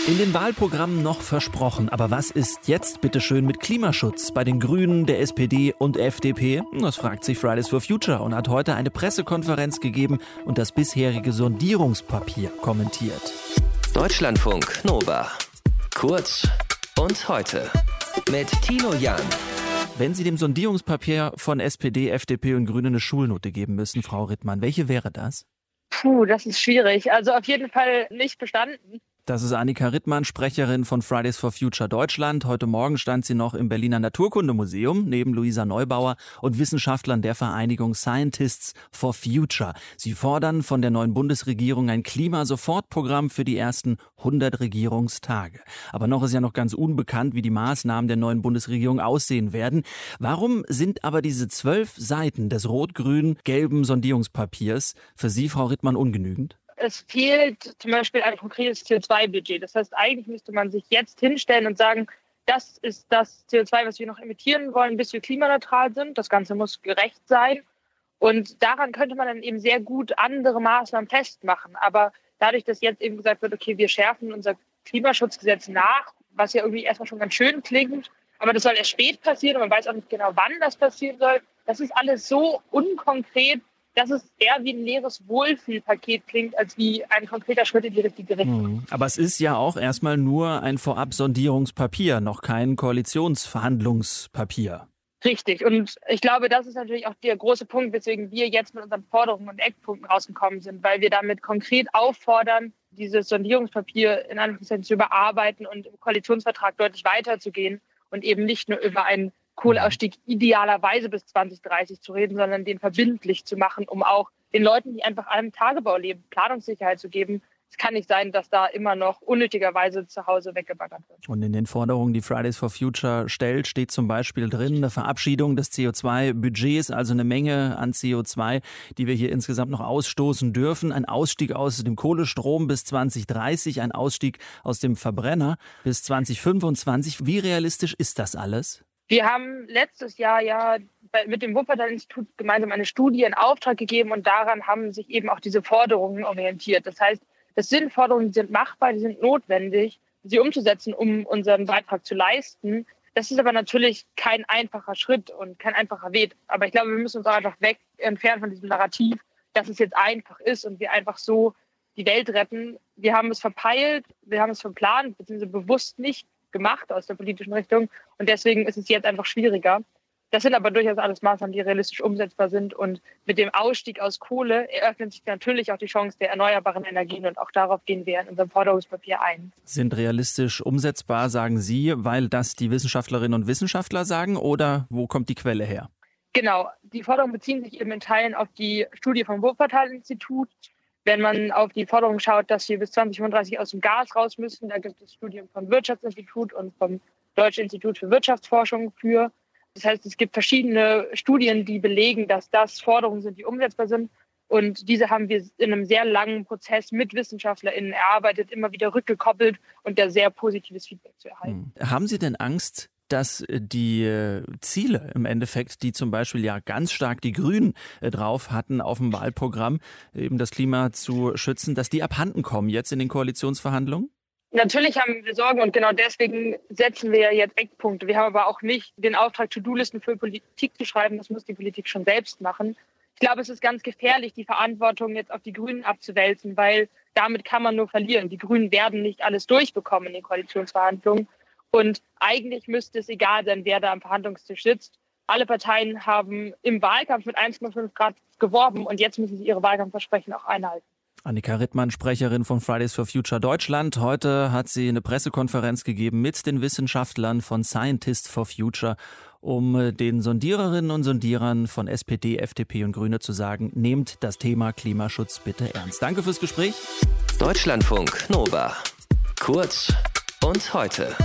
In den Wahlprogrammen noch versprochen. Aber was ist jetzt bitteschön mit Klimaschutz bei den Grünen, der SPD und FDP? Das fragt sich Fridays for Future und hat heute eine Pressekonferenz gegeben und das bisherige Sondierungspapier kommentiert. Deutschlandfunk Nova. Kurz und heute mit Tino Jahn. Wenn Sie dem Sondierungspapier von SPD, FDP und Grüne eine Schulnote geben müssen, Frau Rittmann, welche wäre das? Das ist schwierig. Also auf jeden Fall nicht bestanden. Das ist Annika Rittmann, Sprecherin von Fridays for Future Deutschland. Heute Morgen stand sie noch im Berliner Naturkundemuseum neben Luisa Neubauer und Wissenschaftlern der Vereinigung Scientists for Future. Sie fordern von der neuen Bundesregierung ein Klimasofortprogramm für die ersten 100 Regierungstage. Aber noch ist ja noch ganz unbekannt, wie die Maßnahmen der neuen Bundesregierung aussehen werden. Warum sind aber diese 12 Seiten des rot-grün-gelben Sondierungspapiers für Sie, Frau Rittmann, ungenügend? Es fehlt zum Beispiel ein konkretes CO2-Budget. Das heißt, eigentlich müsste man sich jetzt hinstellen und sagen, das ist das CO2, was wir noch emittieren wollen, bis wir klimaneutral sind. Das Ganze muss gerecht sein. Und daran könnte man dann eben sehr gut andere Maßnahmen festmachen. Aber dadurch, dass jetzt eben gesagt wird, okay, wir schärfen unser Klimaschutzgesetz nach, was ja irgendwie erstmal schon ganz schön klingt, aber das soll erst spät passieren und man weiß auch nicht genau, wann das passieren soll. Das ist alles so unkonkret, dass es eher wie ein leeres Wohlfühlpaket klingt, als wie ein konkreter Schritt in die richtige Richtung. Aber es ist ja auch erstmal nur ein Vorab-Sondierungspapier, noch kein Koalitionsverhandlungspapier. Richtig. Und ich glaube, das ist natürlich auch der große Punkt, weswegen wir jetzt mit unseren Forderungen und Eckpunkten rausgekommen sind, weil wir damit konkret auffordern, dieses Sondierungspapier in Anführungszeichen zu überarbeiten und im Koalitionsvertrag deutlich weiterzugehen und eben nicht nur über einen Kohleausstieg idealerweise bis 2030 zu reden, sondern den verbindlich zu machen, um auch den Leuten, die einfach am Tagebau leben, Planungssicherheit zu geben. Es kann nicht sein, dass da immer noch unnötigerweise zu Hause weggebaggert wird. Und in den Forderungen, die Fridays for Future stellt, steht zum Beispiel drin eine Verabschiedung des CO2-Budgets, also eine Menge an CO2, die wir hier insgesamt noch ausstoßen dürfen. Ein Ausstieg aus dem Kohlestrom bis 2030, ein Ausstieg aus dem Verbrenner bis 2025. Wie realistisch ist das alles? Wir haben letztes Jahr mit dem Wuppertal-Institut gemeinsam eine Studie in Auftrag gegeben und daran haben sich eben auch diese Forderungen orientiert. Das heißt, das sind Forderungen, die sind machbar, die sind notwendig, sie umzusetzen, um unseren Beitrag zu leisten. Das ist aber natürlich kein einfacher Schritt und kein einfacher Weg. Aber ich glaube, wir müssen uns auch einfach entfernen von diesem Narrativ, dass es jetzt einfach ist und wir einfach so die Welt retten. Wir haben es verpeilt, wir haben es verplant, beziehungsweise bewusst nicht gemacht aus der politischen Richtung und deswegen ist es jetzt einfach schwieriger. Das sind aber durchaus alles Maßnahmen, die realistisch umsetzbar sind und mit dem Ausstieg aus Kohle eröffnet sich natürlich auch die Chance der erneuerbaren Energien und auch darauf gehen wir in unserem Forderungspapier ein. Sind realistisch umsetzbar, sagen Sie, weil das die Wissenschaftlerinnen und Wissenschaftler sagen oder wo kommt die Quelle her? Genau, die Forderungen beziehen sich eben in Teilen auf die Studie vom Wuppertal-Institut. Wenn man auf die Forderung schaut, dass wir bis 2035 aus dem Gas raus müssen, da gibt es Studien vom Wirtschaftsinstitut und vom Deutschen Institut für Wirtschaftsforschung für. Das heißt, es gibt verschiedene Studien, die belegen, dass das Forderungen sind, die umsetzbar sind. Und diese haben wir in einem sehr langen Prozess mit WissenschaftlerInnen erarbeitet, immer wieder rückgekoppelt und da sehr positives Feedback zu erhalten. Haben Sie denn Angst, dass die Ziele im Endeffekt, die zum Beispiel ja ganz stark die Grünen drauf hatten auf dem Wahlprogramm, eben das Klima zu schützen, dass die abhanden kommen jetzt in den Koalitionsverhandlungen? Natürlich haben wir Sorgen und genau deswegen setzen wir jetzt Eckpunkte. Wir haben aber auch nicht den Auftrag, To-Do-Listen für Politik zu schreiben. Das muss die Politik schon selbst machen. Ich glaube, es ist ganz gefährlich, die Verantwortung jetzt auf die Grünen abzuwälzen, weil damit kann man nur verlieren. Die Grünen werden nicht alles durchbekommen in den Koalitionsverhandlungen. Und eigentlich müsste es egal sein, wer da am Verhandlungstisch sitzt. Alle Parteien haben im Wahlkampf mit 1,5 Grad geworben und jetzt müssen sie ihre Wahlkampfversprechen auch einhalten. Annika Rittmann, Sprecherin von Fridays for Future Deutschland. Heute hat sie eine Pressekonferenz gegeben mit den Wissenschaftlern von Scientists for Future, um den Sondiererinnen und Sondierern von SPD, FDP und Grüne zu sagen, nehmt das Thema Klimaschutz bitte ernst. Danke fürs Gespräch. Deutschlandfunk Nova. Kurz und heute.